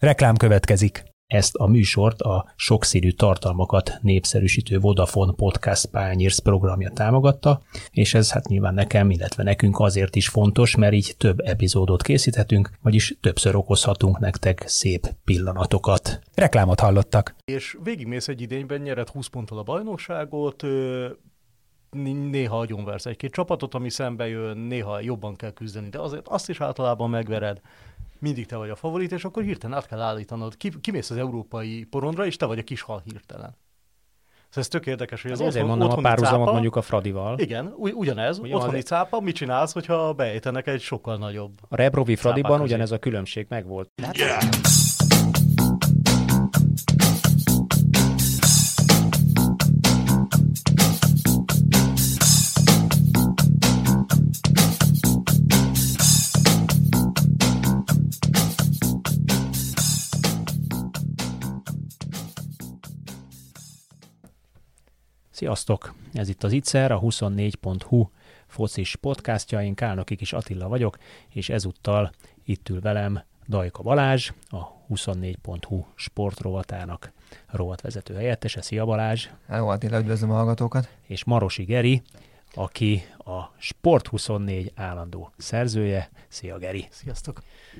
Reklám következik. Ezt a műsort a sokszínű tartalmakat népszerűsítő Vodafone Podcast Pioneers programja támogatta, és ez hát nyilván nekem, illetve nekünk azért is fontos, mert így több epizódot készíthetünk, vagyis többször okozhatunk nektek szép pillanatokat. Reklámot hallottak. És végigmész egy idényben, nyered 20 ponttal a bajnokságot, néha agyonversz egy-két csapatot, ami szembe jön, néha jobban kell küzdeni, de azért azt is általában megvered. Mindig te vagy a favorit, és akkor hirtelen át kell állítanod. Kimész az európai porondra, és te vagy a kis hal hirtelen. Szóval ez tök érdekes, hogy az ezért mondom a párhuzamot mondjuk a Fradival. Igen, ugyanez. Otthoni cápa, mit csinálsz, hogyha beejtenek egy sokkal nagyobb? A Rebrovi Fradiban ugyanez a különbség megvolt. Yeah. Sziasztok! Ez itt az Ittszer, a 24.hu focis podcastja, én Kálnoki Kis Attila vagyok, és ezúttal itt ül velem Dajka Balázs, a 24.hu sportrovatának rovatvezető helyettese. Szia Balázs! Hello Attila, üdvözlöm a hallgatókat! És Marosi Geri, aki a Sport24 állandó szerzője. Szia Geri! Sziasztok!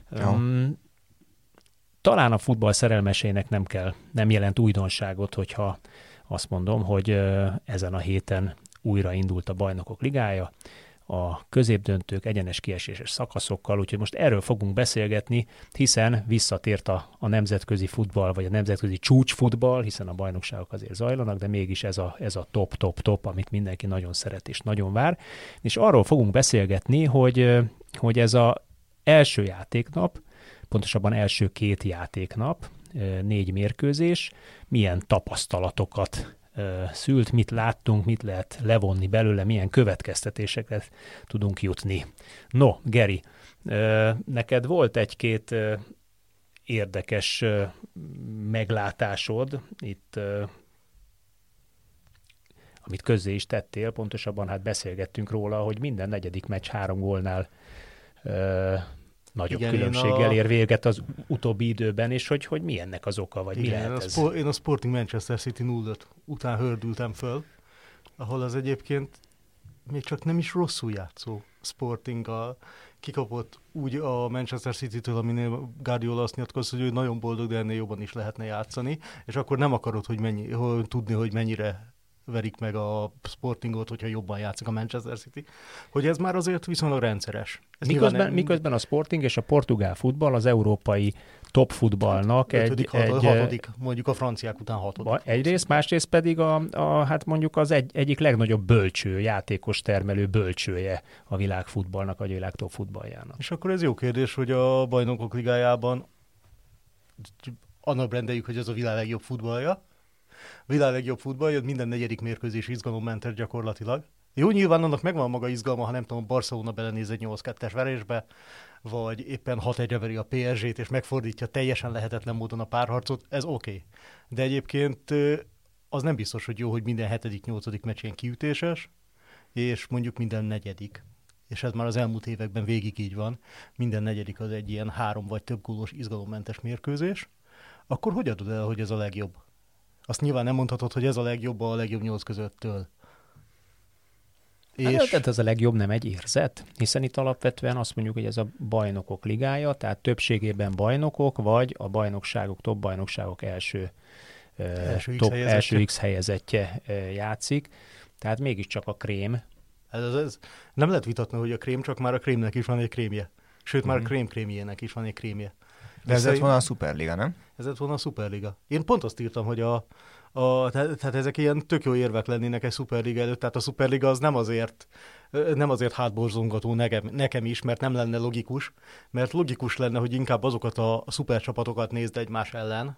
Talán a futball szerelmesének nem jelent újdonságot, hogyha azt mondom, hogy ezen a héten újra indult a Bajnokok Ligája, a középdöntők egyenes kieséses szakaszokkal, úgyhogy most erről fogunk beszélgetni, hiszen visszatért a nemzetközi futball, vagy a nemzetközi csúcsfutball, hiszen a bajnokságok azért zajlanak, de mégis ez a top, amit mindenki nagyon szeret és nagyon vár. És arról fogunk beszélgetni, hogy ez az első játéknap, pontosabban első 2 játéknap, 4 mérkőzés, milyen tapasztalatokat szült, mit láttunk, mit lehet levonni belőle, milyen következtetéseket tudunk jutni. No, Geri, neked volt egy-két érdekes meglátásod itt, amit közzé is tettél, pontosabban hát beszélgettünk róla, hogy minden negyedik meccs 3 gólnál nagyobb különbséggel ér véget az utóbbi időben, és hogy mi ennek az oka, vagy mi lehet ez? Én a Sporting Manchester City 0-5 után hördültem föl, ahol az egyébként még csak nem is rosszul játszó Sportinggal kikapott úgy a Manchester City-től, aminél Guardiola azt nyilatkozott, hogy ő nagyon boldog, de ennél jobban is lehetne játszani, és akkor nem akarod tudni, hogy mennyire verik meg a Sportingot, hogyha jobban játszik a Manchester City, hogy ez már azért viszonylag rendszeres. Miközben a Sporting és a portugál futball az európai top futballnak hatodik, mondjuk a franciák után 6. Egyrészt, másrészt pedig hát mondjuk az egyik legnagyobb bölcső, játékos termelő bölcsője a világfutballnak, vagy a világ top futballjának. És akkor ez jó kérdés, hogy a Bajnokok Ligájában annak rendeljük, hogy ez a világ legjobb futballja. A világ legjobb futballja, minden negyedik mérkőzés izgalommentes gyakorlatilag. Jó, nyilván annak megvan maga izgalma, ha nem tudom, Barcelona belenéz egy 8-2-es verésbe, vagy éppen 6-1-re veri a PSG-t, és megfordítja teljesen lehetetlen módon a párharcot, ez oké. De egyébként az nem biztos, hogy jó, hogy minden 7.-8. meccsén kiütéses, és mondjuk minden negyedik. És ez már az elmúlt években végig így van. Minden negyedik az egy ilyen 3 vagy több gólos izgalommentes mérkőzés. Akkor hogy adod el, hogy ez a legjobb? Azt nyilván nem mondhatod, hogy ez a legjobb 8 közöttől. Hát ez a legjobb nem egy érzet, hiszen itt alapvetően azt mondjuk, hogy ez a Bajnokok Ligája, tehát többségében bajnokok, vagy a bajnokságok, top bajnokságok első X helyezettje játszik, tehát mégiscsak a krém. Ez nem lehet vitatni, hogy a krém, csak már a krémnek is van egy krémje. Sőt, már a krém-krémjének is van egy krémje. De ez lett volna a Szuperliga, nem? Ez lett volna a Szuperliga. Én pont azt írtam, hogy tehát ezek ilyen tök jó érvek lennének egy Szuperliga előtt, tehát a Szuperliga az nem azért hátborzongató nekem is, mert nem lenne logikus, mert logikus lenne, hogy inkább azokat a szupercsapatokat nézd egymás ellen,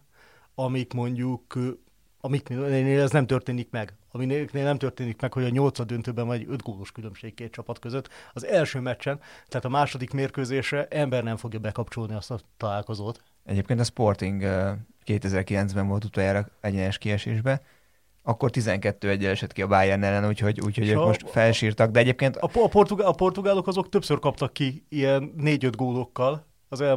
amiknél ez nem történik meg. Aminél nem történik meg, hogy a 8. döntőben vagy 5 gólos különbség 2 csapat között. Az első meccsen, tehát a második mérkőzésre ember nem fogja bekapcsolni azt a találkozót. Egyébként a Sporting 2009-ben volt utoljára egyenes kiesésbe, akkor 12-1-el esett ki a Bayern ellen, úgyhogy ők most felsírtak, de egyébként... A portugálok azok többször kaptak ki ilyen 4-5 gólokkal az elmúlt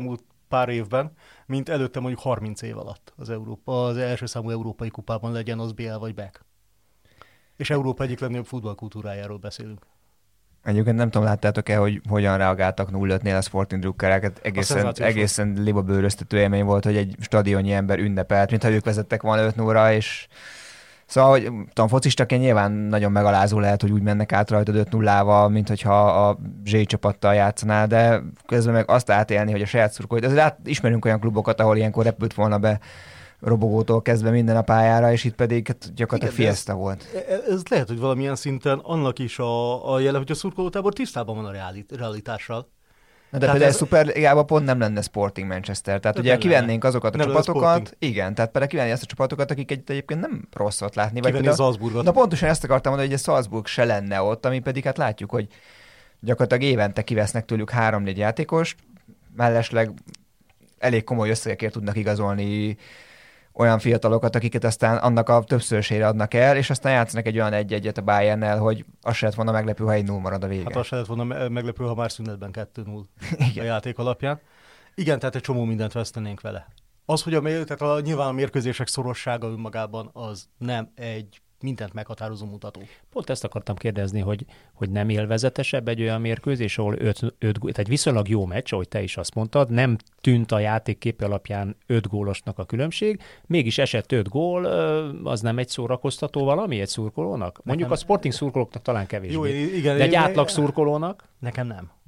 pár évben, mint előtte mondjuk 30 év alatt az első számú európai kupában, legyen az BL vagy BEK. És Európa egyik legnagyobb futballkultúrájáról beszélünk. Egyébként nem tudom, láttátok-e, hogy hogyan reagáltak 0-5-nél a Sporting drukkereket. Egészen libabőröztető élmény volt, hogy egy stadionnyi ember ünnepelt, mintha ők vezettek volna 5-0-ra, és szóval, hogy tudom, focistaként nyilván nagyon megalázó lehet, hogy úgy mennek át rajtad 5-0-val, mint hogyha a Z csapattal játszanál, de közben meg azt átélni, hogy a saját szurkolóit. Azért ismerünk olyan klubokat, ahol ilyenkor repült volna be robogótól kezdve minden a pályára, és itt pedig hát gyakorlatilag fiesta volt. Ez lehet, hogy valamilyen szinten annak is a jele, hogy a szurkolótábor tisztában van a realitással. Na de például a Szuperligában pont nem lenne Sporting Manchester. Tehát ugye kivennénk azokat a csapatokat, igen, tehát például kivenni ezt a csapatokat, akik egyébként nem rosszat látni. Kivenni a Salzburgot. Na pontosan ezt akartam mondani, hogy a Salzburg se lenne ott, ami pedig hát látjuk, hogy gyakorlatilag évente kivesznek tőlük 3-4 játékost, mellesleg elég komoly összegekért tudnak igazolni olyan fiatalokat, akiket aztán annak a többszörösére adnak el, és aztán játszanak egy olyan 1-1-et a Bayernnel, hogy az se lett volna meglepő, ha 1-0 marad a vége. Hát az se lett volna meglepő, ha már szünetben 2-0 a játék alapján. Igen, tehát egy csomó mindent vesztenénk vele. Az, hogy nyilván a mérkőzések szorossága önmagában az nem egy mindent meghatározó mutató. Pont ezt akartam kérdezni, hogy nem élvezetesebb egy olyan mérkőzés, ahol tehát viszonylag jó meccs, ahogy te is azt mondtad, nem tűnt a játék képe alapján 5 gólosnak a különbség, mégis esett 5 gól, az nem egy szórakoztató valami egy szurkolónak? Mondjuk a Sporting szurkolóknak talán kevésbé. Jó, igen, de egy átlag szurkolónak? Nekem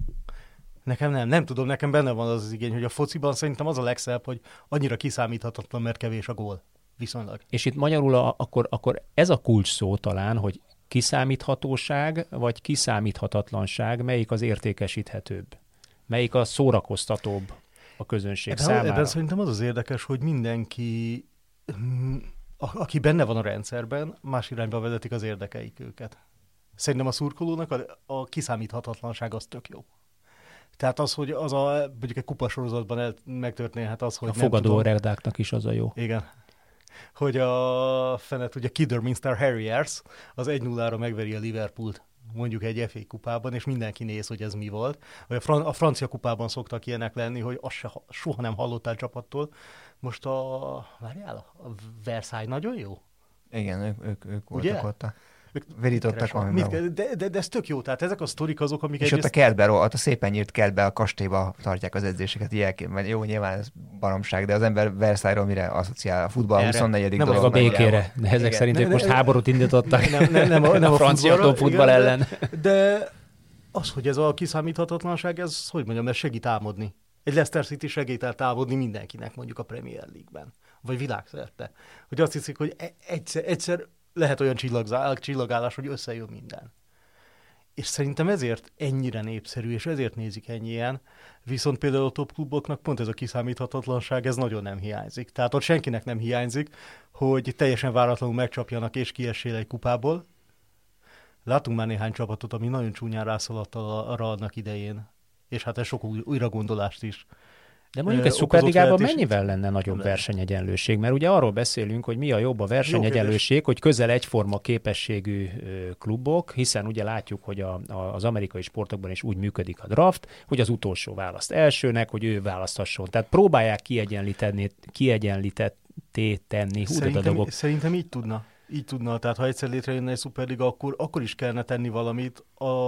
nem. Nem tudom, nekem benne van az igény, hogy a fociban szerintem az a legszebb, hogy annyira kiszámíthatatlan, mert kevés a gól. Viszonylag. És itt magyarul akkor ez a kulcs szó talán, hogy kiszámíthatóság vagy kiszámíthatatlanság, melyik az értékesíthetőbb? Melyik a szórakoztatóbb a közönség számára? Ebben szerintem az érdekes, hogy mindenki, aki benne van a rendszerben, más irányba vezetik az érdekeik őket. Szerintem a szurkolónak a kiszámíthatatlanság az tök jó. Tehát az, hogy mondjuk egy kupasorozatban megtörténhet az, hogy a fogadó redáknak is az a jó. Igen. Hogy a fenet, ugye Kidderminster Harriers az 1-0-ra megveri a Liverpoolt, mondjuk egy FA kupában, és mindenki néz, hogy ez mi volt. Vagy a francia kupában szoktak ilyenek lenni, hogy azt soha nem hallottál csapattól. Most a Versailles nagyon jó? Igen, ők voltak ott. Virítottak valamiben. De ez tök jó, tehát ezek a sztorik azok, amik... És ott a kertben, ott a szépen nyírt kertben, a kastélyba tartják az edzéseket, ilyenként. Jó, nyilván ez baromság, de az ember Versailles-ról mire asszociál? A futball 24. Nem dolog. A békére. De ezek szerint ők most háborút indítottak nem a francia futball ellen. De az, hogy ez a kiszámíthatatlanság, ez, hogy mondjam, ez segít álmodni. Egy Leicester City segít el támadni mindenkinek, mondjuk a Premier League-ben. Vagy világszerte. Hogy azt hiszik, hogy egyszer lehet olyan csillagállás, hogy összejön minden. És szerintem ezért ennyire népszerű, és ezért nézik ennyien, viszont például a top kluboknak pont ez a kiszámíthatatlanság, ez nagyon nem hiányzik. Tehát ott senkinek nem hiányzik, hogy teljesen váratlanul megcsapjanak és kiessél egy kupából. Látunk már néhány csapatot, ami nagyon csúnyán rászaladt arra annak idején, és hát ez sok újragondolást is. De mondjuk egy szuperligában mennyivel lenne nagyobb versenyegyenlőség? Mert ugye arról beszélünk, hogy mi a jobb a versenyegyenlőség, hogy közel egyforma képességű klubok, hiszen ugye látjuk, hogy az amerikai sportokban is úgy működik a draft, hogy az utolsó választ elsőnek, hogy ő választhasson. Tehát próbálják kiegyenlítetté tenni. Szerintem így tudna. Így tudna. Tehát ha egyszer létrejönne egy szuperliga, akkor is kellene tenni valamit,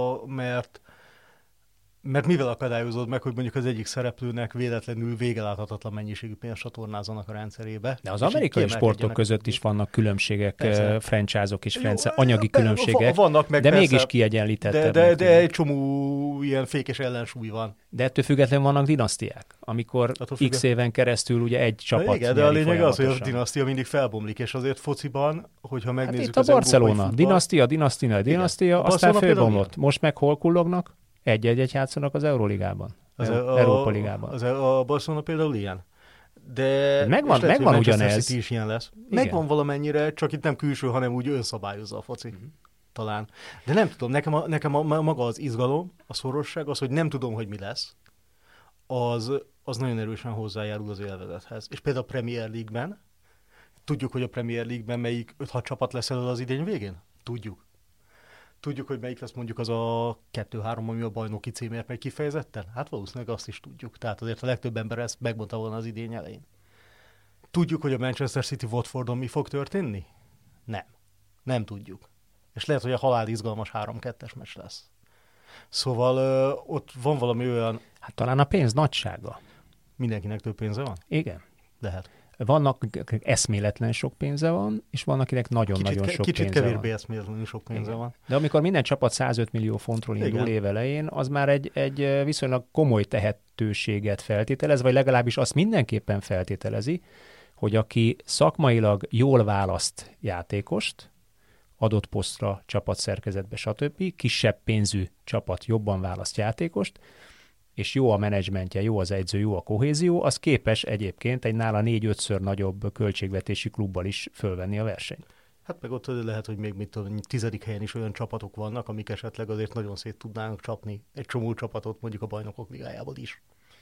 mert mivel akadályozod meg, hogy mondjuk az egyik szereplőnek véletlenül végeláthatatlan mennyiségű pénzt csatornázzanak a rendszerébe. De az amerikai sportok között is vannak különbségek, franchise-ok és anyagi különbségek, vannak meg de persze, mégis kiegyenlítettek. De egy csomó ilyen fékes ellensúly van. De ettől függetlenül vannak dinasztiák, amikor x éven keresztül ugye egy csapat. Igen, de a lényeg az, hogy a dinasztia mindig felbomlik, és azért fociban, hogyha megnézzük itt a Barcelona, dinasztia, aztán fölbomlott. Most meg hol kullognak? Egy-egy játszanak az Euróligában. Európa Ligában. A Barcelona például ilyen. De megvan ugyanez. Is ilyen lesz. Megvan valamennyire, csak itt nem külső, hanem úgy önszabályozza a foci. Talán. De nem tudom, nekem maga az izgalom, a szorosság, az, hogy nem tudom, hogy mi lesz, az nagyon erősen hozzájárul az élvezethez. És például a Premier League-ben, tudjuk, hogy a Premier League-ben melyik 5-6 csapat lesz elő az idény végén? Tudjuk, hogy melyik lesz mondjuk az a 2-3, ami a bajnoki címért megy kifejezetten? Hát valószínűleg azt is tudjuk. Tehát azért a legtöbb ember ezt megmondta volna az idény elején. Tudjuk, hogy a Manchester City Watfordon mi fog történni? Nem. Nem tudjuk. És lehet, hogy a halál izgalmas 3-2-es meccs lesz. Szóval ott van valami olyan... Hát talán a pénz nagysága. Mindenkinek több pénze van? Igen. Lehet. Vannak, eszméletlen sok pénze van, és vannak, akinek nagyon-nagyon sok kicsit pénze van. kevésbé eszméletlenül sok pénze Igen. van. De amikor minden csapat 105 millió fontról indul évelején, az már egy viszonylag komoly tehetőséget feltételez, vagy legalábbis azt mindenképpen feltételezi, hogy aki szakmailag jól választ játékost, adott posztra, csapatszerkezetbe, stb., kisebb pénzű csapat jobban választ játékost, és jó a menedzsmentje, jó az edző, jó a kohézió, az képes egyébként egy nála 4-5-ször nagyobb költségvetési klubbal is fölvenni a versenyt. Hát meg ott lehet, hogy még 10. helyen is olyan csapatok vannak, amik esetleg azért nagyon szét tudnának csapni egy csomó csapatot mondjuk a Bajnokok Ligájából is.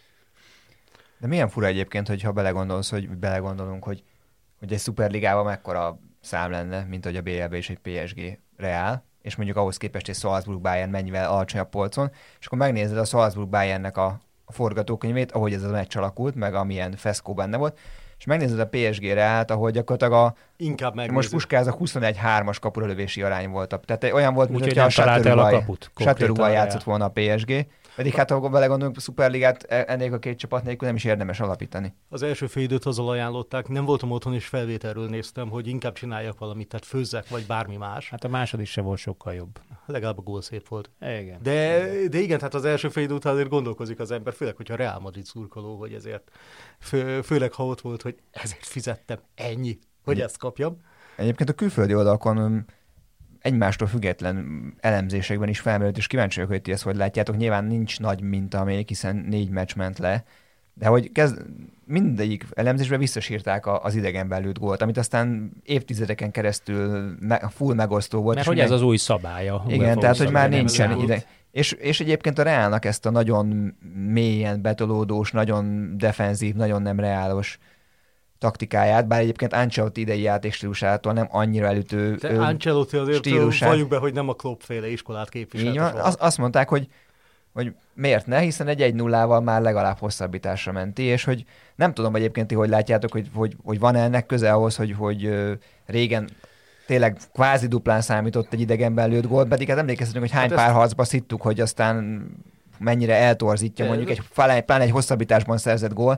De milyen fura egyébként, hogyha belegondolunk, hogy egy szuperligában mekkora szám lenne, mint hogy a BL-be és egy PSG Real, és mondjuk ahhoz képest egy Salzburg Bayern mennyivel alacsonyabb polcon, és akkor megnézed a Salzburg Bayernnek a forgatókönyvét, ahogy ez a meccs alakult, meg amilyen feszkó benne volt, és megnézed a PSG Realt, ahogy gyakorlatilag most Puskáz a 21-3-as kapuralövési arány volt. Tehát olyan volt, mintha a Chateaurouval játszott volna a PSG. Pedig hát, ha belegondolunk, a Szuperligát ennél a két csapat nélkül nem is érdemes alapítani. Az első fél időt azzal ajánlották, nem voltam otthon, és felvételről néztem, hogy inkább csináljak valamit, tehát főzzek, vagy bármi más. Hát a második se volt sokkal jobb. Legalább a gól szép volt. Igen. De igen, tehát az első fél idő után azért gondolkozik az ember, főleg, hogyha Real Madrid szurkoló, hogy ezért, főleg, ha ott volt, hogy ezért fizettem ennyi, hogy ezt kapjam. Egyébként a külföldi oldalakon egymástól független elemzésekben is felmerült, és kíváncsi vagyok, hogy ti ezt hogy látjátok. Nyilván nincs nagy minta még, hiszen 4 meccs ment le, de hogy mindegyik elemzésben visszasírták az idegenben lőtt gólt, amit aztán évtizedeken keresztül full megosztó volt. Mert hogy ez az új szabálya. Igen, tehát hogy már nincsen ide. És egyébként a Realnak ezt a nagyon mélyen betolódós, nagyon defenzív, nagyon nem reálos taktikáját, bár egyébként Ancelotti idei játékstílusától nem annyira elütő Ancelotti azért valljuk be, hogy nem a Klopp-féle iskolát képviselte. Azt mondták, hogy miért ne, hiszen egy 1-0-val már legalább hosszabbításra menti, és hogy nem tudom egyébként ti, hogy látjátok, hogy van ennek köze ahhoz, hogy régen tényleg kvázi duplán számított egy idegenben lőtt gólt, pedig hát emlékezhetünk, hogy hány párharcba szittuk, hogy aztán mennyire eltorzítja mondjuk pláne egy hosszabbításban szerzett gól.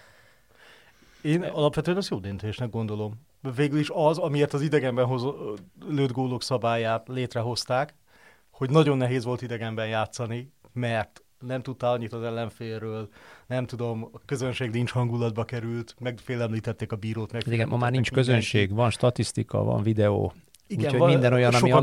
Én alapvetően azt jó döntésnek gondolom. Végül is az, amiért az idegenben lőtt gólok szabályát létrehozták, hogy nagyon nehéz volt idegenben játszani, mert nem tudtál annyit az ellenfélről, nem tudom, a közönség nincs hangulatba került, megfélemlítették a bírót. Igen, ma már nincs közönség, van statisztika, van videó. Úgyhogy minden olyan, ami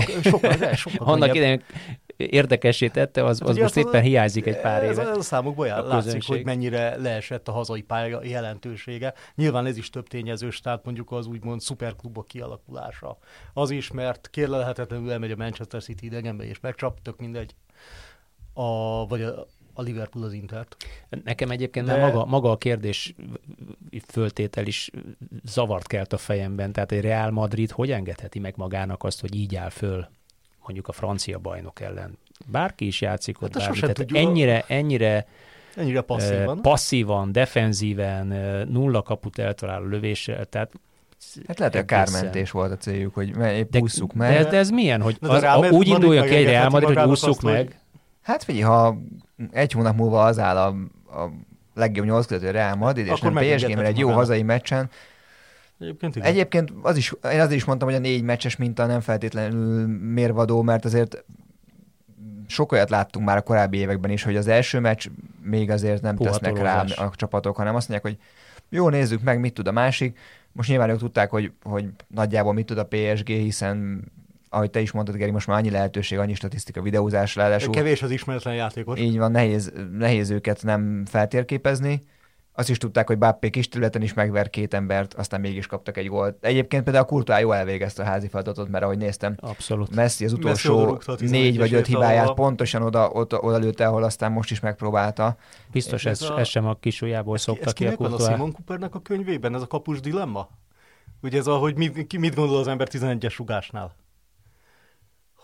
annak idején érdekessé tette, az most éppen hiányzik egy pár éve. Ez a számokból látszik, hogy mennyire leesett a hazai pálya jelentősége. Nyilván ez is több tényezős, tehát mondjuk az úgymond szuperklubok kialakulása. Az is, mert kérlelhetetlenül elmegy a Manchester City idegenbe, és megcsap, tök mindegy. Vagy a Liverpool az Intert. Nekem egyébként maga a kérdés föltétel is zavart kelt a fejemben. Tehát egy Real Madrid hogy engedheti meg magának azt, hogy így áll föl mondjuk a francia bajnok ellen? Bárki is játszik ott bármi. Ennyire passzívan, defenzíven, nulla kaput eltaláló lövéssel, tehát hát lehet, hogy a kármentés volt a céljuk, hogy épp ússzuk meg. De ez milyen, hogy úgy indulja ki egy Real Madrid, hogy ússzuk meg? Hát figyelj, ha egy hónap múlva az áll a legjobb 8 között Real Madrid, és nem PSG, mert egy jó hazai meccsen. Egyébként én azért is mondtam, hogy a 4 meccses minta nem feltétlenül mérvadó, mert azért sok olyat láttunk már a korábbi években is, hogy az első meccs még azért nem tesznek rá a csapatok, hanem azt mondják, hogy jó, nézzük meg, mit tud a másik. Most nyilván ők tudták, hogy nagyjából mit tud a PSG, hiszen ahogy te is mondtad, Geri, most már annyi lehetőség, annyi statisztika, videózás, ráadásul. Kevés az ismeretlen játékos. Így van, nehéz őket nem feltérképezni. Azt is tudták, hogy Mbappé kis területen is megver 2 embert, aztán mégis kaptak egy gólt. Egyébként például a Courtois jól elvégezte a házi feladatot, mert ahogy néztem, abszolút. Messi az utolsó 4 vagy 5 hibáját pontosan oda lőtte, ahol aztán most is megpróbálta. Biztos ez sem a kisujjából szokta ki a Courtois. Ez a Simon Coopernek a könyvében, ez a kapus dilemma? Ugye ez hogy mit gondol az ember 11-es rugásnál?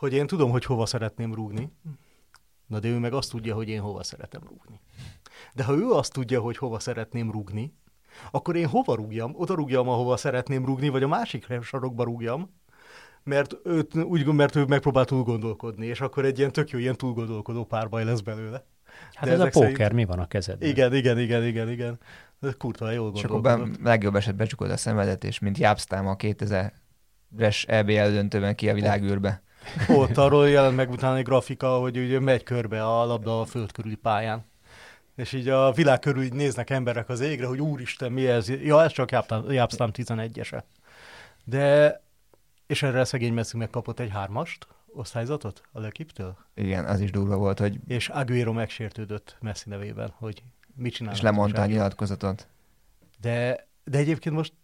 hogy én tudom, hogy hova szeretném rúgni, na de ő meg azt tudja, hogy én hova szeretem rúgni. De ha ő azt tudja, hogy hova szeretném rúgni, akkor én hova rúgjam? Oda rúgjam, ahova szeretném rúgni, vagy a másik sarokba rúgjam, mert ő megpróbál túl gondolkodni, és akkor egy ilyen tök jó, ilyen túlgondolkodó párbaj lesz belőle. Hát ez a póker, mi van a kezedben? Igen. Kurva jól gondolkodom. És akkor legjobb esetben becsukod a szemedet, és mint Jápsztám a 2000-es EBL döntőben ki a világűrbe. Ott arról jelent meg utána egy grafika, hogy ugye megy körbe a labda a föld körüli pályán. És így a világ körül így néznek emberek az égre, hogy úristen, mi ez? Ja, ez csak Jápsztám 11-ese. De, és erre a szegény Messi megkapott egy 3-ast osztályzatot a L'Équipe-től. Igen, az is durva volt, hogy... És Agüero megsértődött Messi nevében, hogy mit csinálnak. És lemondta a nyilatkozatot. De egyébként most...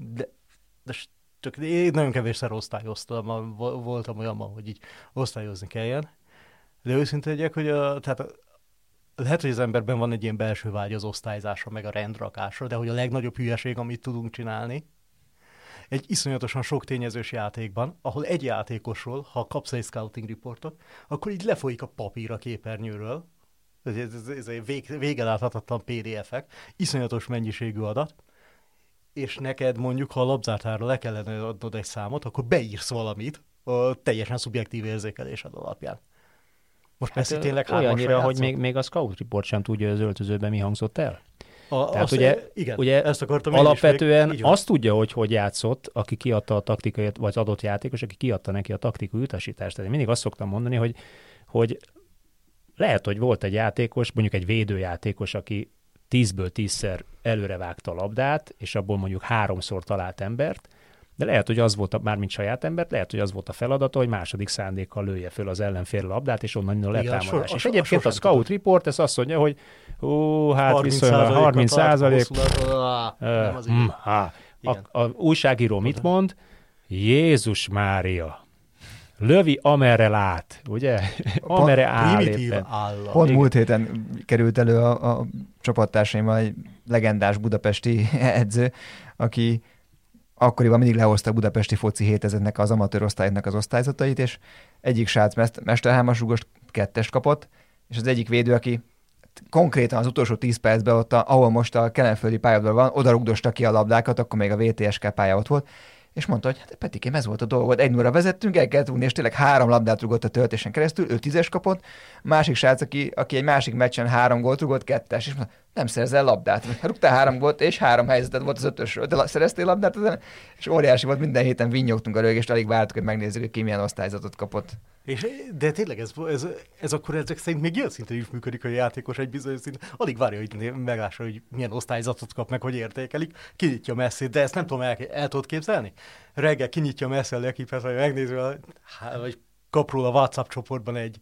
Csak én nagyon kevésszer osztályoztam, voltam olyanban, hogy így osztályozni kelljen. De őszintén legyek, hogy lehet, hogy az emberben van egy ilyen belső vágy az osztályzásra, meg a rendrakásra, de hogy a legnagyobb hülyeség, amit tudunk csinálni, egy iszonyatosan sok tényezős játékban, ahol egy játékosról, ha kapsz egy scouting reportot, akkor így lefolyik a papír a képernyőről, ez vége láthatatlan PDF-ek, iszonyatos mennyiségű adat, és neked mondjuk, ha a labzártára le kellene adnod egy számot, akkor beírsz valamit a teljesen szubjektív érzékelésed alapján. Most Messi tényleg olyannyira, hogy még a scout report sem tudja, hogy az öltözőben mi hangzott el. Tehát ugye ezt akartam alapvetően azt tudja, hogy játszott, aki kiadta a taktikai, vagy adott játékos, aki kiadta neki a taktikai utasítást. Tehát én mindig azt szoktam mondani, hogy lehet, hogy volt egy játékos, mondjuk egy védőjátékos, aki 10-ből 10-szer előrevágta a labdát, és abból mondjuk 3-szor talált embert, de lehet, hogy az volt, mármint saját embert, lehet, hogy az volt a feladata, hogy második szándékkal lője föl az ellenfél labdát, és onnan a letámadás. És egyébként a scout report ezt azt mondja, hogy hát viszonylag 30%. A újságíró mit mond? Jézus Mária! Lövi, amerre lát, ugye? Amerre áll éppen. Pont múlt héten került elő a csapattársaimmal egy legendás budapesti edző, aki akkoriban mindig lehozta a budapesti foci 7000-nek az amatőr osztálynak az osztályzatait, és egyik srác mesterhámas rúgost 2-est kapott, és az egyik védő, aki konkrétan az utolsó 10 percben ott, ahol most a kelenföldi pályadban van, oda rugdosta ki a labdákat, akkor még a VTSK pálya ott volt, és mondta, hogy hát Petikém, ez volt a dolgod, 1-0-ra vezettünk, el kellett rúgni, és tényleg 3 labdát rugott a töltésen keresztül, ő 10-es kapott, másik srác, aki egy másik meccsen 3 gólt rugott, 2-es, és mondta, nem szerzel labdát. Rúgtál 3 gólt, és 3 helyzeted volt az 5-ösről, de szereztél labdát ezen? És óriási volt, minden héten vinnyogtunk a rögést, alig vártuk, hogy megnézzük, hogy ki milyen osztályzatot kapott. De tényleg ez akkor ezek szerint még ilyen szinten is működik, hogy a játékos egy bizonyos szinten alig várja, hogy meglássa, hogy milyen osztályzatot kap meg, hogy értékelik, kinyitja Messi, de ezt nem tudom, el tudod képzelni? Reggel kinyitja Messi a L'Équipe-et, vagy megnézi, vagy kap róla a WhatsApp csoportban egy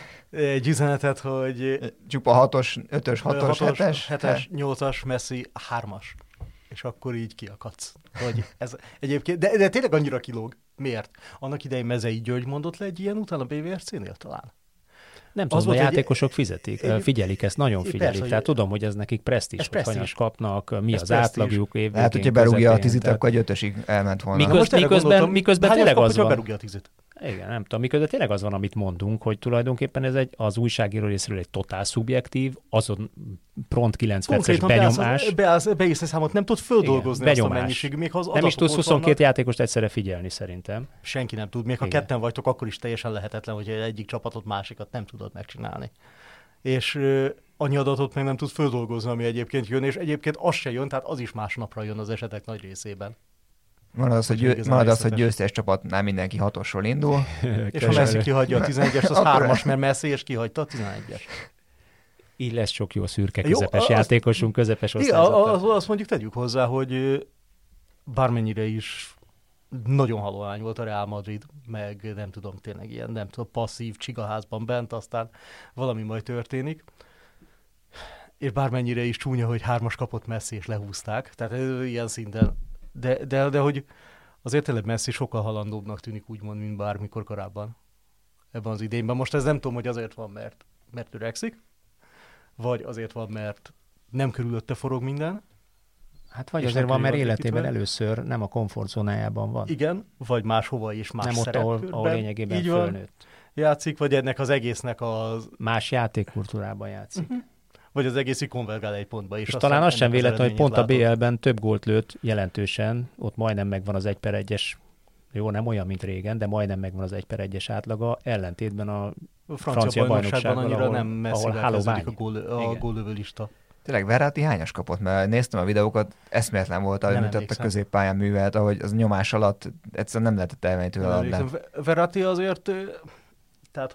üzenetet, hogy... Csupa 6-os, 5-ös, 6-os, 7-es, 8-as, Messi 3-as. És akkor így kiakadsz. Hogy ez egyébként, de tényleg annyira kilóg. Miért? Annak idején Mezei György mondott le egy ilyen után a BVRC-nél talán? Nem tudom, a játékosok figyelik ezt, nagyon figyelik. Persze, tehát tudom, hogy ez nekik presztízs, hogy hanyas kapnak, mi az átlagjuk évvégén. Hát, hogyha berúgja a 10-it, akkor egy 5-ösig elment volna. Miközben tényleg az van. Berúgja a 10-it? Igen, nem tudom, miközben tényleg az van, amit mondunk, hogy tulajdonképpen ez az újságíró részéről egy totál szubjektív, azon pront 9 perces benyomás. Beírsz a számot, nem tudod földolgozni azt a mennyiségű, még ha az nem is tudsz 22 játékost egyszerre figyelni szerintem. Senki nem tud, még ha ketten vagytok, akkor is teljesen lehetetlen, hogy egyik csapatot, másikat nem tudod megcsinálni. És annyi adatot meg nem tudsz földolgozni, ami egyébként jön, és egyébként az se jön, tehát az is másnapra jön az esetek nagy részében. Marad az, hogy győztes csapatnál mindenki 6-osról indul. És ha Messi kihagyja a 11-est, az 3-as, mert Messi és kihagyta a 11-es. Így lesz sok jó szürke közepes játékosunk, közepes osztályzattal. Azt mondjuk tegyük hozzá, hogy bármennyire is nagyon halvány volt a Real Madrid, meg nem tudom, tényleg ilyen, nem tudom, passzív csigaházban bent, aztán valami majd történik. És bármennyire is csúnya, hogy 3-as kapott Messi és lehúzták. Tehát ilyen szinten. De hogy azért tényleg Messi sokkal halandóbbnak tűnik úgymond, mint bármikor korábban ebben az idényben. Most ez nem tudom, hogy azért van, mert törekszik, vagy azért van, mert nem körülötte forog minden. Hát vagy azért van, mert életében először nem a komfortzónájában van. Igen, vagy máshova is más nem ott, ahol lényegében fölnőtt. játszik, vagy ennek az egésznek az... Más játékkultúrában játszik. Vagy az egész konvergál egy pontba. És talán az sem véletlen, hogy pont a látod. BL-ben több gólt lőtt jelentősen, ott majdnem megvan az 1/1-es, jó, nem olyan, mint régen, de majdnem megvan az 1/1-es átlaga, ellentétben a francia bajnokságban, annyira nem messzivel kezdődik a góllövő lista. Tényleg Verratti hányas kapott? Mert néztem a videókat, eszméletlen volt, ahogy mint ott a középpályán művelt, ahogy az nyomás alatt egyszerűen nem lehetett elmenni tőle a labdát. Verratti azért, tehát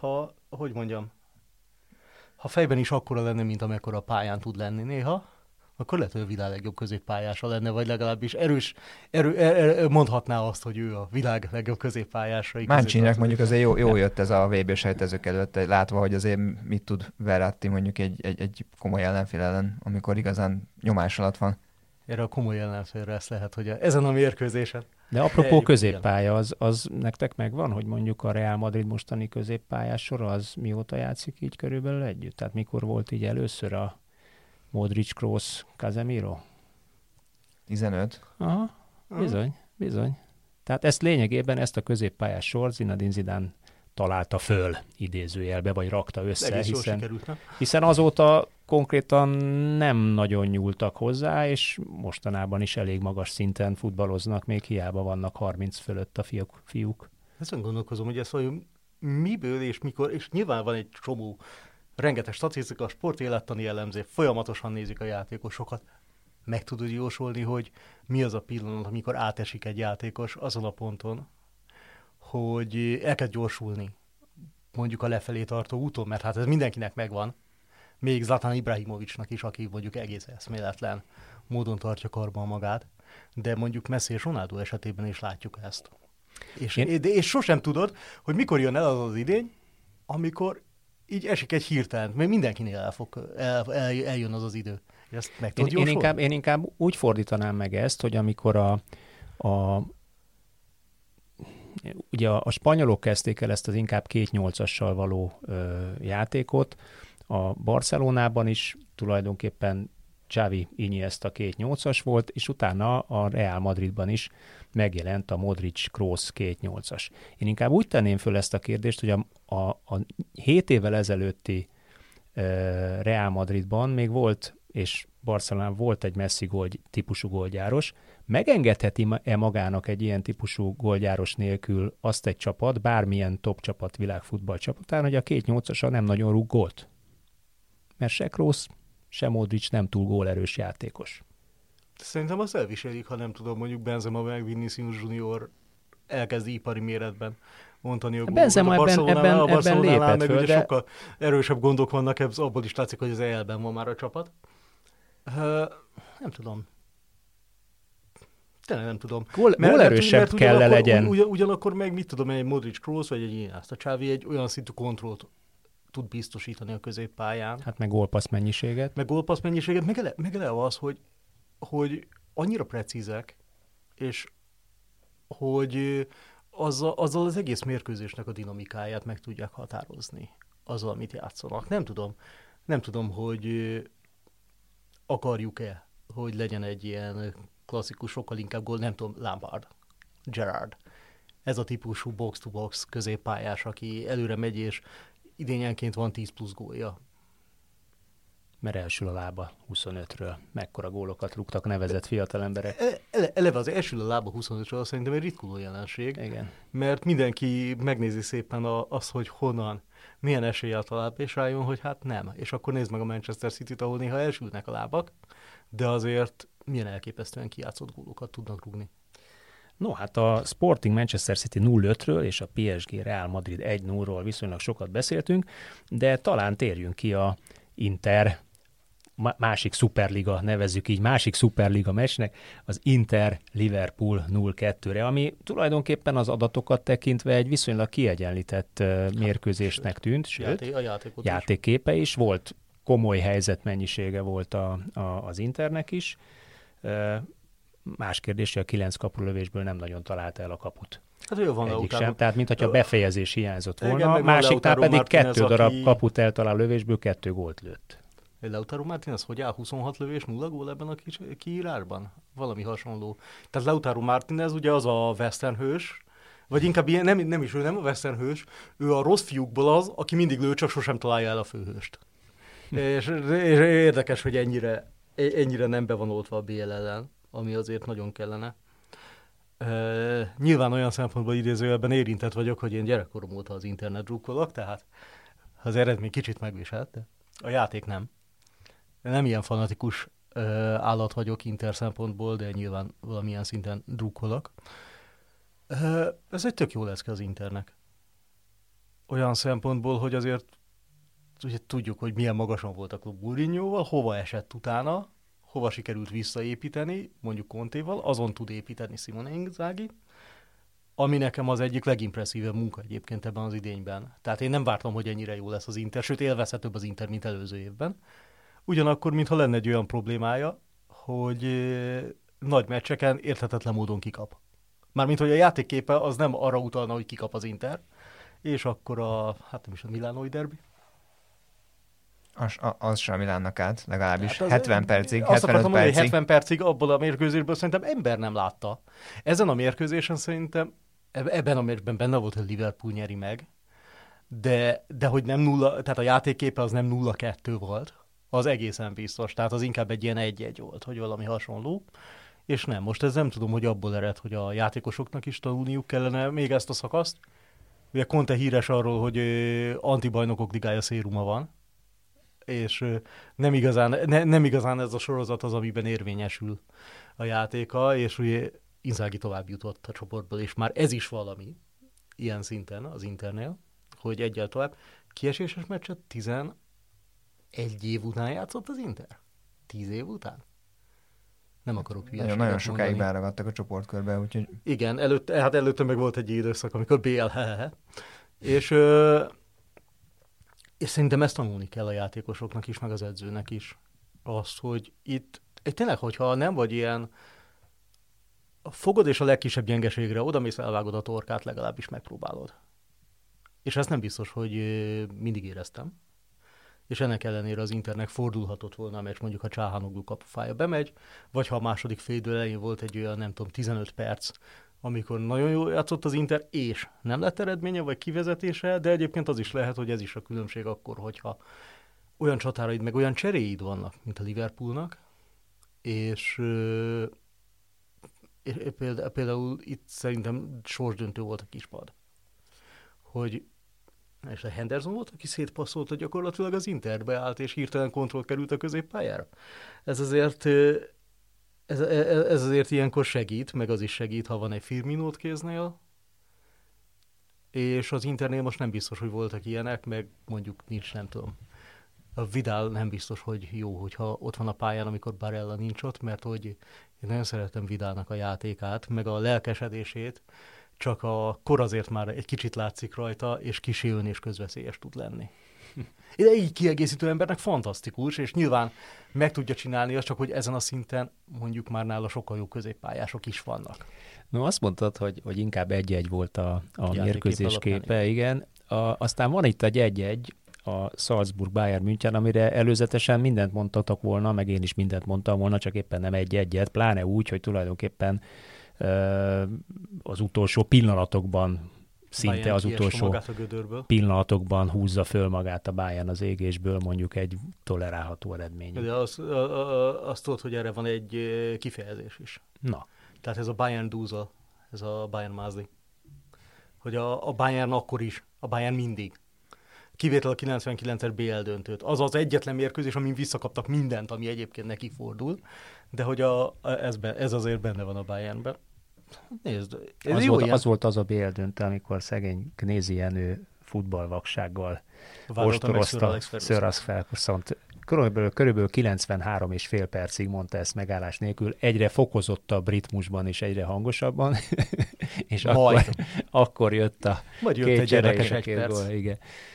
ha fejben is akkora lenne, mint amekkora a pályán tud lenni néha, akkor lehet, hogy a világ legjobb középpályása lenne, vagy legalábbis mondhatná azt, hogy ő a világ legjobb középpályása. Mancininek mondjuk azért jó jött ez a VB sejtezők előtt, látva, hogy azért mit tud Verratti mondjuk egy komoly ellenfél ellen, amikor igazán nyomás alatt van. Erre a komoly ellenfélre ezt lehet, hogy ezen a mérkőzésen. De apropó középpálya, az nektek megvan, hogy mondjuk a Real Madrid mostani középpályás sora, az mióta játszik így körülbelül együtt? Tehát mikor volt így először a Modric, Kroos, Casemiro? 15. Aha, bizony. Tehát ezt a középpályás sor Zinedine Zidane találta föl idézőjelbe, vagy rakta össze, hiszen azóta konkrétan nem nagyon nyúltak hozzá, és mostanában is elég magas szinten futballoznak, még hiába vannak 30 fölött a fiúk. Ezen gondolkozom, hogy ez olyan miből és mikor, és nyilván van egy csomó, rengeteg statisztika, sportélettani jellemző, folyamatosan nézik a játékosokat. Meg tudod jósolni, hogy mi az a pillanat, amikor átesik egy játékos azon a ponton, hogy elkezd gyorsulni mondjuk a lefelé tartó úton, mert hát ez mindenkinek megvan, még Zlatan Ibrahimovicsnak is, aki mondjuk egész eszméletlen módon tartja karban magát, de mondjuk Messi és Ronaldo esetében is látjuk ezt. És sosem tudod, hogy mikor jön el az idény, amikor így esik egy hirtelen, mert mindenkinél eljön az idő. Ezt meg tudod jósolni? Én inkább úgy fordítanám meg ezt, hogy amikor ugye a spanyolok kezdték el ezt az inkább 2-8-assal való játékot, a Barcelonában is tulajdonképpen Xavi Iniesta 2-8-as volt, és utána a Real Madridban is megjelent a Modric, Kroos 2-8-as. Én inkább úgy tenném föl ezt a kérdést, hogy a 7 évvel ezelőtti Real Madridban még volt, és Barcelonában volt egy Messi típusú gólgyáros. Megengedheti-e magának egy ilyen típusú gólgyáros nélkül azt egy csapat, bármilyen top csapat világfutball csapatán, hogy a 2-8-asa nem nagyon rúg gólt? Mert se Kroos, se Modric nem túl gólerős játékos. Szerintem azt elviselik, ha nem tudom, mondjuk Benzema meg Vinicius Junior elkezdi ipari méretben mondani a gólokat. Benzema ebben lépett föl, de sokkal erősebb gondok vannak, abból is látszik, hogy az EL-ben van már a csapat. Nem tudom. Tényleg nem tudom. Gólerősebb kell legyen. Ugyanakkor meg mit tudom, egy Modric, Kroos vagy egy Iniesta Xavi egy olyan szintű kontrollt tud biztosítani a középpályán. Hát meg gólpassz mennyiséget. Meg eleve az, hogy annyira precízek, és hogy azzal az egész mérkőzésnek a dinamikáját meg tudják határozni. Azzal, amit játszanak. Nem tudom, hogy akarjuk-e, hogy legyen egy ilyen klasszikus, sokkal inkább gól, nem tudom, Lampard, Gerrard. Ez a típusú box-to-box középpályás, aki előre megy, és idényenként van 10 plusz gólja. Mert elsül a lába 25-ről. Mekkora gólokat rúgtak nevezett fiatal emberek. Eleve az elsül a lába 25-ről szerintem egy ritkuló jelenség. Igen. Mert mindenki megnézi szépen azt, hogy honnan, milyen eséllyel talál, és rájön, hogy hát nem. És akkor nézd meg a Manchester Cityt, ahol néha elsülnek a lábak, de azért milyen elképesztően kijátszott gólokat tudnak rúgni. No, hát a Sporting Manchester City 0-5-ről és a PSG Real Madrid 1-0-ról viszonylag sokat beszéltünk, de talán térjünk ki a Inter másik szuperliga, nevezzük így, másik szuperliga meccsnek, az Inter-Liverpool 0-2-re, ami tulajdonképpen az adatokat tekintve egy viszonylag kiegyenlített mérkőzésnek tűnt, sőt, játékképe is volt, komoly helyzetmennyisége volt az Internek is. Más kérdés, hogy a 9 kapulövésből nem nagyon találta el a kaput. Hát ő van egyik sem, tehát mintha befejezés hiányzott volna, másiknál pedig 2 darab kaput eltalál lövésből 2 gólt lőtt. Lautaro Martínez hogy áll 26 lövés, 0 gól ebben a kiírásban? Valami hasonló. Tehát Lautaro Martínez ugye az a western hős, Vagy inkább ilyen, nem is, ő nem a western hős, ő a rossz fiúkból az, aki mindig lő, csak sosem találja el a főhőst. és érdekes, hogy ennyire nem be van oltva a BL ellen, ami azért nagyon kellene. Nyilván olyan szempontból idézőjelben érintett vagyok, hogy én gyerekkorom óta az internet drukkolok, tehát az eredmény kicsit megviselt, de a játék nem. Nem ilyen fanatikus állat vagyok Inter szempontból, de nyilván valamilyen szinten drukkolok. Ez egy tök jó leszke az Internek. Olyan szempontból, hogy azért ugye tudjuk, hogy milyen magasan volt a klub Mourinhoval, hova esett utána, hova sikerült visszaépíteni, mondjuk Contéval, azon tud építeni Simone Inzaghi, ami nekem az egyik legimpresszívebb munka egyébként ebben az idényben. Tehát én nem vártam, hogy ennyire jó lesz az Inter, sőt élvezhetőbb az Inter, mint előző évben. Ugyanakkor, mintha lenne egy olyan problémája, hogy nagy meccseken érthetetlen módon kikap. Mármint, hogy a játékképe az nem arra utalna, hogy kikap az Inter, és akkor nem is a milánói derbi. Az sem Milánnak állt, legalábbis hát 70 percig, 75 percig. 70 percig abból a mérkőzésből szerintem ember nem látta. Ezen a mérkőzésen szerintem, ebben a mérkőzésben benne volt, hogy Liverpool nyeri meg, de hogy nem nulla, tehát a játékképe az nem 0-2 volt, az egészen biztos, tehát az inkább egy ilyen 1-1 volt, hogy valami hasonló. És nem, most ez nem tudom, hogy abból ered, hogy a játékosoknak is tanulniuk kellene még ezt a szakaszt. Ugye Conte híres arról, hogy antibajnokok ligája széruma van, és nem igazán ez a sorozat az, amiben érvényesül a játéka, és ugye Inzaghi tovább jutott a csoportból, és már ez is valami ilyen szinten az Internél, hogy egyel tovább. Kieséses meccset 11 év után játszott az Inter? 10 év után? Nem akarok hülyeséget nagyon sokáig beragadtak a csoportkörbe, úgyhogy... Igen, előtte meg volt egy időszak, amikor BL, és szerintem ezt tanulni kell a játékosoknak is, meg az edzőnek is. Azt, hogy itt tényleg, hogyha nem vagy ilyen, fogod és a legkisebb gyengeségre odamész, elvágod a torkát, legalábbis megpróbálod. És ezt nem biztos, hogy mindig éreztem. És ennek ellenére az Internek fordulhatott volna a meccs, mondjuk ha Csáhanoglu kapufája bemegy, vagy ha a második félidő elején volt egy olyan, nem tudom, 15 perc, amikor nagyon jól játszott az Inter, és nem lett eredménye, vagy kivezetése, de egyébként az is lehet, hogy ez is a különbség akkor, hogyha olyan csatáraid, meg olyan cseréid vannak, mint a Liverpoolnak, és például itt szerintem sorsdöntő volt a kispad, hogy és a Henderson volt, aki szétpasszolta gyakorlatilag az Interbe állt, és hirtelen kontroll került a középpályára. Ez azért ilyenkor segít, meg az is segít, ha van egy Firminót kéznél, és az Internél most nem biztos, hogy voltak ilyenek, meg mondjuk nincs, nem tudom. A Vidal nem biztos, hogy jó, hogyha ott van a pályán, amikor Barella nincs ott, mert hogy én nagyon szeretem Vidalnak a játékát, meg a lelkesedését, csak a kor azért már egy kicsit látszik rajta, és kísérőn és közveszélyes tud lenni. De így kiegészítő embernek fantasztikus, és nyilván meg tudja csinálni azt, csak hogy ezen a szinten mondjuk már nála sokkal jó középpályások is vannak. No, azt mondtad, hogy inkább 1-1 volt a mérkőzés képe, igen. Aztán van itt egy 1-1, a Salzburg-Bayern München, amire előzetesen mindent mondtatok volna, meg én is mindent mondtam volna, csak éppen nem 1-1-et, pláne úgy, hogy tulajdonképpen az utolsó pillanatokban, szinte az utolsó pillanatokban húzza föl magát a Bayern az égésből, mondjuk egy tolerálható eredmény. De azt tudod, hogy erre van egy kifejezés is. Na. Tehát ez a Bayern Dúza, ez a Bayern Mázli. Hogy a Bayern akkor is, a Bayern mindig. Kivétel a 99-es BL döntőt. Az az egyetlen mérkőzés, amin visszakaptak mindent, ami egyébként neki fordul, de hogy ez azért benne van a Bayernben. Nézd, az volt az a BL döntő, amikor szegény Knézi Jenő futballvaksággal ostorozta Sir Alex Ferguson-t. Körülbelül 93,5 percig mondta ezt megállás nélkül, egyre fokozottabb ritmusban és egyre hangosabban, és akkor jött a két csere és a két gól. Igen.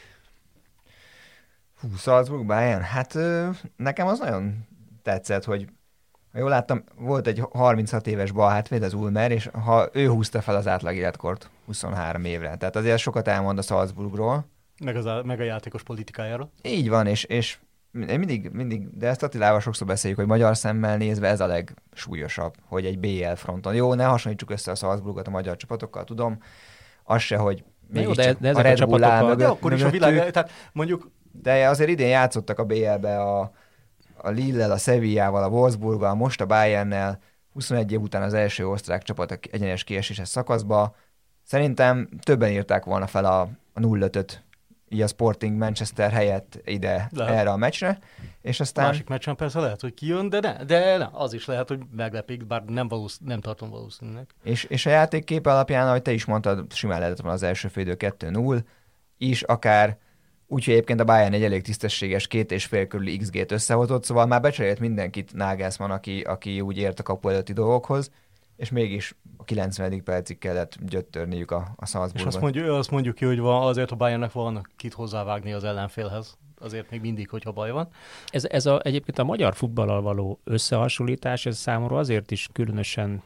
Salzburg Bayern? Hát nekem az nagyon tetszett, hogy ha jól láttam, volt egy 36 éves balhátvéd, az Ulmer, és ha ő húzta fel az átlag életkort 23 évre. Tehát azért sokat elmond a Salzburgról. Meg a játékos politikájáról. Így van, és mindig, de ezt Attilával sokszor beszéljük, hogy magyar szemmel nézve ez a legsúlyosabb, hogy egy BL fronton. Jó, ne hasonlítsuk össze a Salzburgot a magyar csapatokkal, tudom, az se, hogy jó, de a Red Bull áll mögött, de akkor is a világ, tehát mondjuk... De azért idén játszottak a BL-be a Lille-el, a Sevillával, a Wolfsburggal, most a Bayernnel, 21 év után az első osztrák csapat a egyenes kieséses szakaszba. Szerintem többen írták volna fel a 0-5-öt így a Sporting Manchester helyett ide erre a meccsre, és aztán... A másik meccsen persze lehet, hogy kijön, de az is lehet, hogy meglepik, bár nem tartom valószínűleg. És a játékkép alapján, ahogy te is mondtad, simán lehetett volna az első fél idő 2-0, is akár úgyhogy egyébként a Bayern egy elég tisztességes 2,5 körüli XG-t összehozott, szóval már becserélt mindenkit Nagelsmann, aki úgy ért a kapu előtti dolgokhoz, és mégis a 90. percig kellett gyöttörniük a Salzburgot. És azt mondjuk ki, hogy azért a Bayernnek van kit hozzávágni az ellenfélhez, azért még mindig, hogyha baj van. Egyébként a magyar futballal való összehasonlítás, ez számomra azért is különösen,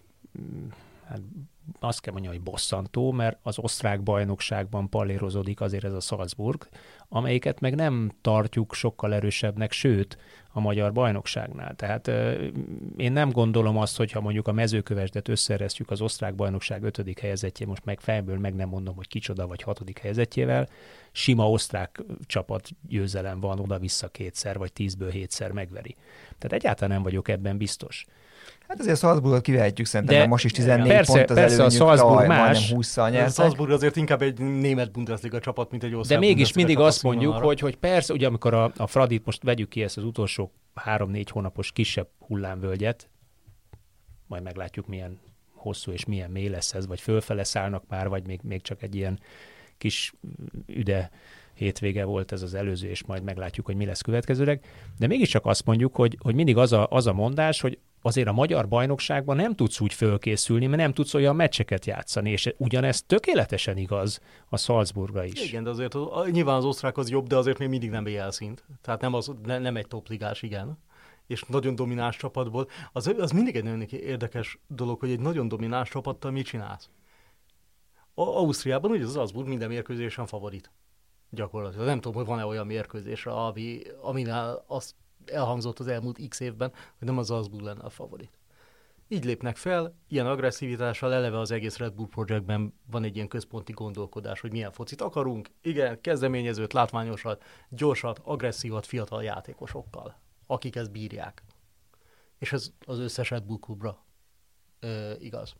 azt kell mondjam, hogy bosszantó, mert az osztrák bajnokságban pallérozódik azért ez a Salzburg, amelyiket meg nem tartjuk sokkal erősebbnek, sőt, a magyar bajnokságnál. Tehát én nem gondolom azt, hogyha mondjuk a Mezőkövesdet összeeresztjük az osztrák bajnokság 5. helyezettjé, most meg fejből meg nem mondom, hogy kicsoda vagy 6. helyezettjével, sima osztrák csapat győzelem van oda-vissza 2-szer, vagy 10-ből 7-szer megveri. Tehát egyáltalán nem vagyok ebben biztos. Hát azért a Salzburgot kivehetjük szerintem, mert most is 14 pont az előnyük, a Salzburg más. 20-szal nyertek. A Salzburg azért inkább egy német Bundesliga csapat, mint egy osztrák. De mégis mindig azt mondjuk, hogy persze, ugye amikor a Fradit, most vegyük ki ezt az utolsó 3-4 hónapos kisebb hullámvölgyet, majd meglátjuk, milyen hosszú és milyen mély lesz ez, vagy fölfele szállnak már, vagy még csak egy ilyen kis üde hétvége volt ez az előző, és majd meglátjuk, hogy mi lesz következőleg. De mégiscsak azt mondjuk, hogy mindig az a mondás, hogy azért a magyar bajnokságban nem tudsz úgy fölkészülni, mert nem tudsz olyan meccseket játszani, és ugyanez tökéletesen igaz a Salzburgra is. Igen, de azért nyilván az osztrák az jobb, de azért még mindig nem BL szint. Tehát nem egy topligás, igen. És nagyon domináns csapatból. Az mindig egy nagyon érdekes dolog, hogy egy nagyon domináns csapattal mit csinálsz. Ausztriában ugye az Salzburg minden mérkőzésen favorit. Gyakorlatilag. Nem tudom, hogy van-e olyan mérkőzés, aminál azt elhangzott az elmúlt x évben, hogy nem az Salzburg lenne a favorit. Így lépnek fel, ilyen agresszivitással, eleve az egész Red Bull Projectben van egy ilyen központi gondolkodás, hogy milyen focit akarunk. Igen, kezdeményezőt, látványosat, gyorsat, agresszívat, fiatal játékosokkal, akik ezt bírják. És ez az összes Red Bull klubra igaz.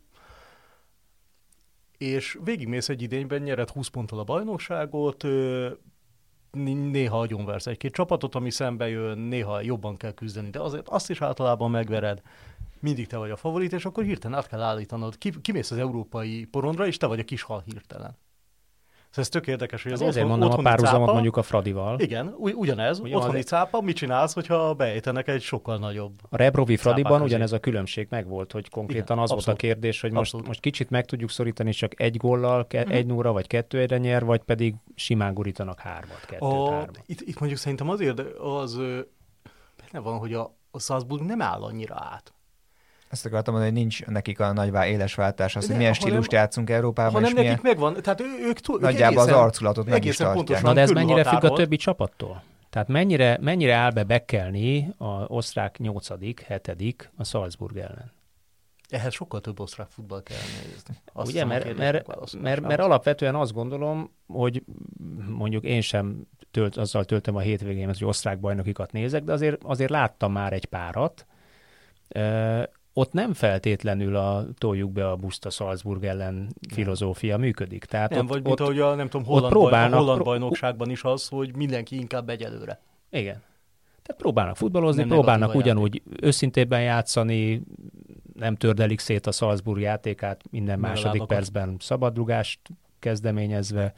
És végigmész egy idényben, nyered 20 ponttal a bajnokságot, néha agyonversz egy-két csapatot, ami szembe jön, néha jobban kell küzdeni, de azért azt is általában megvered, mindig te vagy a favorit, és akkor hirtelen át kell állítanod. Kimész az európai porondra, és te vagy a kis hal hirtelen. Szóval ez tök érdekes, hogy az ezért mondom a párhuzamot cápa, mondjuk a Fradival. Igen, ugyanez. Otthoni cápa, mit csinálsz, hogyha beejtenek egy sokkal nagyobb a Rebrovi Fradiban ugyanez a különbség megvolt, hogy konkrétan igen, az volt a kérdés, hogy most kicsit meg tudjuk szorítani csak egy góllal, 1-0 vagy 2-1-re nyer, vagy pedig simán gurítanak 3-2-3. Itt mondjuk szerintem azért az benne van, hogy a Salzburg nem áll annyira át. Ezt akartam mondani, hogy nincs nekik a nagy éles váltás, az, hogy milyen stílust játszunk Európában, hanem és nekik milyen... megvan, tehát ők nagyjából az arculatot meg is tartják. Na de ez mennyire függ a többi csapattól? Tehát mennyire áll be bekelni az osztrák 8., 7. a Salzburg ellen? Ehhez sokkal több osztrák futball kell nézni. Ugye, mert alapvetően azt gondolom, hogy mondjuk én sem azzal töltöm a hétvégémet, hogy osztrák bajnokikat nézek, de azért láttam már egy párat. Ott nem feltétlenül a toljuk be a buszt a Salzburg ellen filozófia működik. Tehát nem, vagy mint ahogy a holland bajnokságban is az, hogy mindenki inkább egyelőre. Igen. Tehát próbálnak futballozni, próbálnak ugyanúgy őszintében játszani, nem tördelik szét a Salzburg játékát, minden második percben szabadrugást kezdeményezve.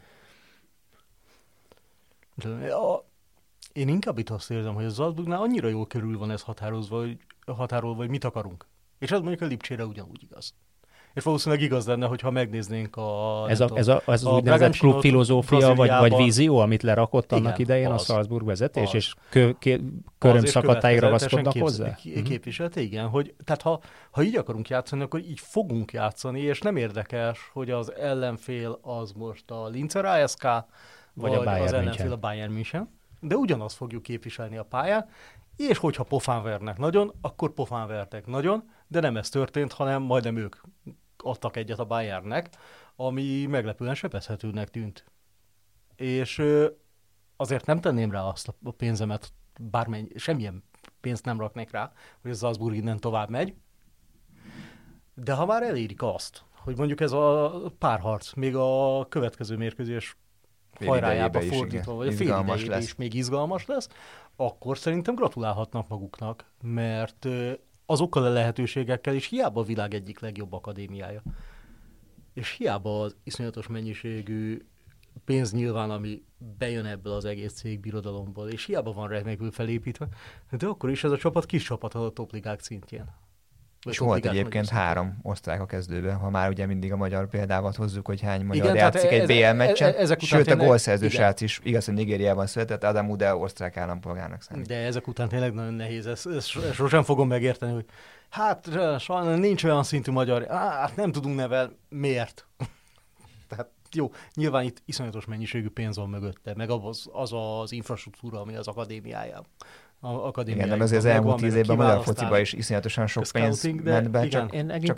Én inkább itt azt érzem, hogy a Salzburgnál annyira jól körül van ez határolva, hogy mit akarunk. És ez mondjuk a Lipcsére ugyanúgy igaz. És valószínűleg igaz lenne, hogyha megnéznénk ez az úgynevezett klubfilozófia, vagy vízió, amit lerakott annak idején a Salzburg vezetés, és körömszakadtáig ragaszkodnak hozzá? Képviselte, igen. Hogy, tehát ha így akarunk játszani, akkor így fogunk játszani, és nem érdekes, hogy az ellenfél az most a Linzer ASK, vagy az ellenfél a Bayern München, de ugyanazt fogjuk képviselni a pályán, és hogyha pofán vernek nagyon, akkor pofán vertek nagyon, de nem ez történt, hanem majdnem ők adtak egyet a Bayernnek, ami meglepően sebezhetőnek tűnt. És azért nem tenném rá azt a pénzemet, semmilyen pénzt nem raknék rá, hogy a Salzburg innen tovább megy, de ha már elérik azt, hogy mondjuk ez a párharc még a következő mérkőzés hajrájába fordítva, vagy a fél idejében is még izgalmas lesz, akkor szerintem gratulálhatnak maguknak, mert azokkal a lehetőségekkel is hiába a világ egyik legjobb akadémiája. És hiába az iszonyatos mennyiségű pénz nyilván, ami bejön ebből az egész cégbirodalomból, és hiába van remekül felépítve, de akkor is ez a csapat kis csapat a topligák szintjén. És volt egyébként 3 osztrák a kezdőben, ha már ugye mindig a magyar példával hozzuk, hogy hány magyar játszik egy BL meccsen. Sőt, a gólszerző srác is, igaz, hogy Nigériában született, Adam Ude osztrák állampolgárnak számít. De ezek után tényleg nagyon nehéz. Ezt sosem fogom megérteni, hogy hát sajnos nincs olyan szintű magyar, hát nem tudunk nevel, miért? Tehát jó, nyilván itt iszonyatos mennyiségű pénz van mögötte, meg az infrastruktúra, ami az akadémiájában. Igen, de azért az elmúlt 10 évben a magyar fociba is iszonyatosan sok pénz ment be, csak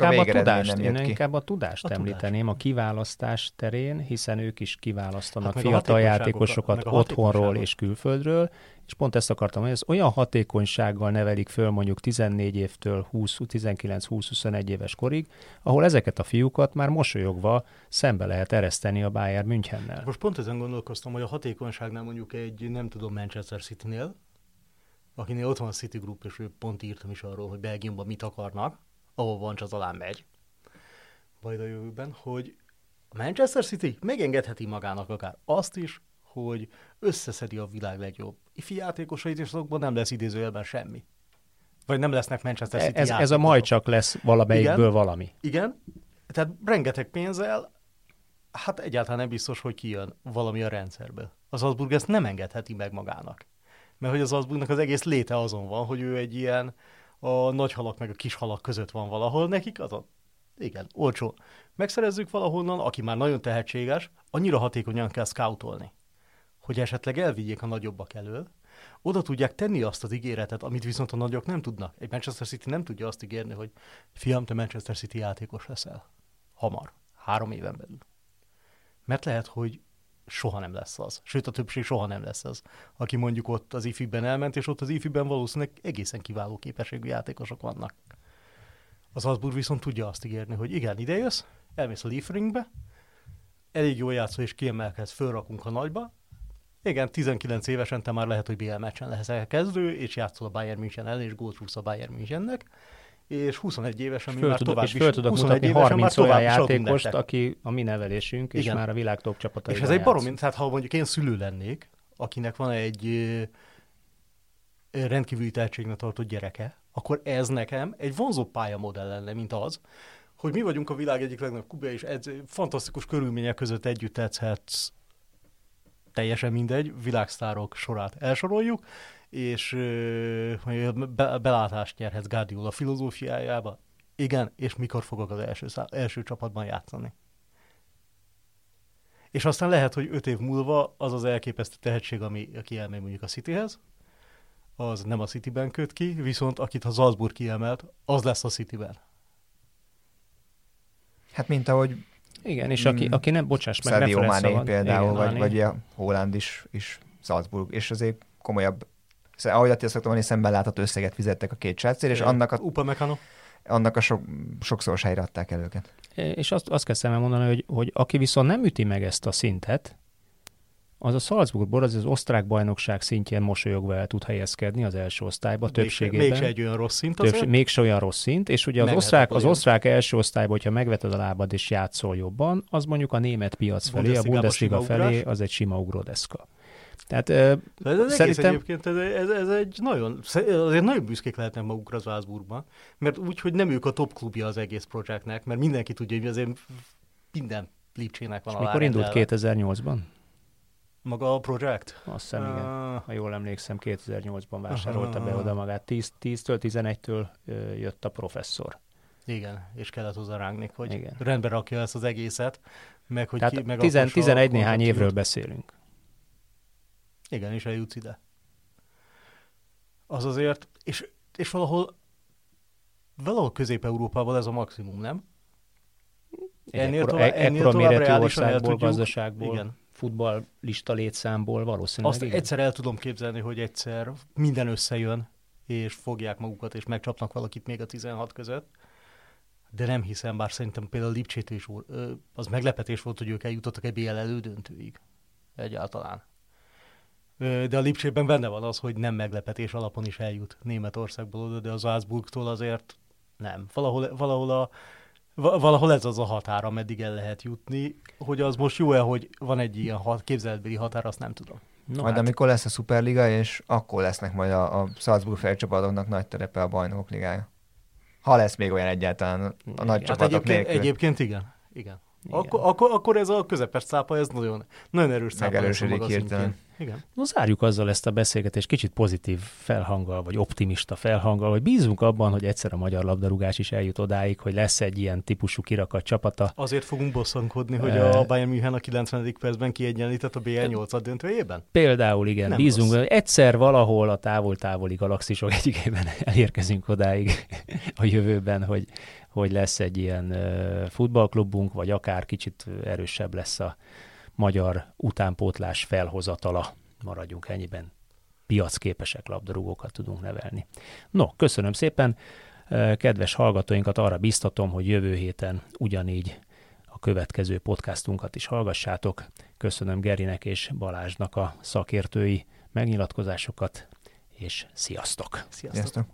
én inkább a tudást említeném a kiválasztás terén, hiszen ők is kiválasztanak fiatal játékosokat otthonról és külföldről, és pont ezt akartam, hogy ez olyan hatékonysággal nevelik föl mondjuk 14 évtől 19-20-21 éves korig, ahol ezeket a fiúkat már mosolyogva szembe lehet ereszteni a Bayern Münchennel. Most pont ezen gondolkoztam, hogy a hatékonyságnál mondjuk egy, nem tudom, Manchester City-nél, akinél ott van a City Group, és ő pont írtam is arról, hogy Belgiumban mit akarnak, ahol van az alá megy, majd a jövőben, hogy a Manchester City megengedheti magának akár azt is, hogy összeszedi a világ legjobb ifi játékosait, és azokban nem lesz idézőjelben semmi. Vagy nem lesznek Manchester City játékosok. Ez a majd csak lesz valamelyikből igen, valami. Igen, tehát rengeteg pénzzel, hát egyáltalán nem biztos, hogy kijön valami a rendszerből. Az Salzburg ezt nem engedheti meg magának. Mert hogy az Salzburgnak az egész léte azon van, hogy ő egy ilyen a nagy halak meg a kis halak között van valahol, nekik az a, igen, olcsó. Megszerezzük valahonnan, aki már nagyon tehetséges, annyira hatékonyan kell scoutolni, hogy esetleg elvigyék a nagyobbak elől, oda tudják tenni azt az ígéretet, amit viszont a nagyok nem tudnak. Egy Manchester City nem tudja azt ígérni, hogy fiam, te Manchester City játékos leszel. Hamar. 3 éven belül. Mert lehet, hogy soha nem lesz az. Sőt, a többség soha nem lesz az, aki mondjuk ott az ifiben elment, és ott az ifiben valószínűleg egészen kiváló képességű játékosok vannak. Az Salzburg viszont tudja azt ígérni, hogy igen, ide jössz, elmész a Liefringbe, elég jól játszol és kiemelkedsz, fölrakunk a nagyba. Igen, 19 évesen te már lehet, hogy BL meccsen leszel kezdő, és játszol a Bayern München ellen, és gólt rúgsz a Bayern Münchennek, és 21 évesen mi már tovább is. És föl tudok mutatni 30 olyan játékost, aki a mi nevelésünk, és igen, már a világ top csapataiban és ez egy baromi, tehát ha mondjuk én szülő lennék, akinek van egy rendkívüli tehetségnek tartott gyereke, akkor ez nekem egy vonzó pályamodell lenne, mint az, hogy mi vagyunk a világ egyik legnagyobb klubja, és fantasztikus körülmények között együtt edzhetsz, teljesen mindegy, világsztárok sorát elsoroljuk, és belátást nyerhetsz Guardiola filozófiájába. Igen, és mikor fogok az első csapatban játszani. És aztán lehet, hogy 5 év múlva az az elképesztő tehetség, aki elmegy mondjuk a Cityhez, az nem a Cityben köt ki, viszont akit a Salzburg kiemelt, az lesz a Cityben. Hát mint ahogy igen, és aki nem, bocsáss meg, Sadio Mané például, vagy a Haaland is Salzburg, és azért komolyabb, ahogy azt szoktam mondani, szemben látható összeget fizettek a két srácért, és annak a sokszor helyre adták el őket. És azt kell szemben mondani, hogy aki viszont nem üti meg ezt a szintet, az a Salzburgból az osztrák bajnokság szintjén mosolyogva el tud helyezkedni az első osztályba többségében. Mégse egy olyan rossz szint azért? Mégse olyan rossz szint, és ugye az osztrák első osztályban, hogyha megveted a lábad és játszol jobban, az mondjuk a német piac felé, a Bundesliga felé, az egy sima ugródeszka. Tehát ez szerintem... Egyébként ez egy nagyon, azért nagyon büszkék lehetnek magukra az Salzburgban, mert úgy, hogy nem ők a top klubja az egész projektnek, mert mindenki tudja, hogy azért minden Lipcsének van. És mikor indult 2008-ban? Maga a projekt? Azt hiszem, igen. Ha jól emlékszem, 2008-ban vásárolta be oda magát. 10-től, 11-től jött a professzor. Igen, és kellett hozzá rágni, hogy igen, rendbe rakja ezt az egészet, meg hogy tehát meg 11 néhány évről beszélünk. Igen, és eljutsz ide. Az azért, és valahol Közép-Európában ez a maximum, nem? Ekkora méretű országból, gazdaságból, igen. Futballista létszámból valószínűleg. Azt egyszer el tudom képzelni, hogy egyszer minden összejön, és fogják magukat, és megcsapnak valakit még a 16 között. De nem hiszem, bár szerintem például Lipcsét is az meglepetés volt, hogy ők eljutottak egy BL elődöntőig. Egyáltalán. De a Lipcsében benne van az, hogy nem meglepetés alapon is eljut Németországból oda, de az Salzburgtól azért nem. Valahol ez az a határ, ameddig el lehet jutni. Hogy az most jó-e, hogy van egy ilyen képzeletbeli határ, azt nem tudom. Majd amikor lesz a Szuperliga, és akkor lesznek majd a Salzburg felcsapatoknak nagy terepe a Bajnokok Ligája. Ha lesz még olyan egyáltalán a nagy csapatok nélkül. Egyébként igen. Akkor ez a közepes cápa, ez nagyon, nagyon erős cápa. Megerősödik hirtelen. Igen. No, zárjuk azzal ezt a beszélgetést kicsit pozitív felhanggal, vagy optimista felhanggal, hogy bízunk abban, hogy egyszer a magyar labdarúgás is eljut odáig, hogy lesz egy ilyen típusú kirakat csapata. Azért fogunk bosszankodni, hogy a Bayern München a 90. percben kiegyenlített a BL 8 döntőjében? Például igen, nem bízunk, hogy egyszer valahol a távol-távoli galaxisok egyikében elérkezünk odáig a jövőben, hogy lesz egy ilyen futballklubunk, vagy akár kicsit erősebb lesz a magyar utánpótlás felhozatala. Maradjunk ennyiben. Piacképesek labdarúgókat tudunk nevelni. No, köszönöm szépen. Kedves hallgatóinkat arra biztatom, hogy jövő héten ugyanígy a következő podcastunkat is hallgassátok. Köszönöm Gerinek és Balázsnak a szakértői megnyilatkozásokat, és sziasztok! Sziasztok!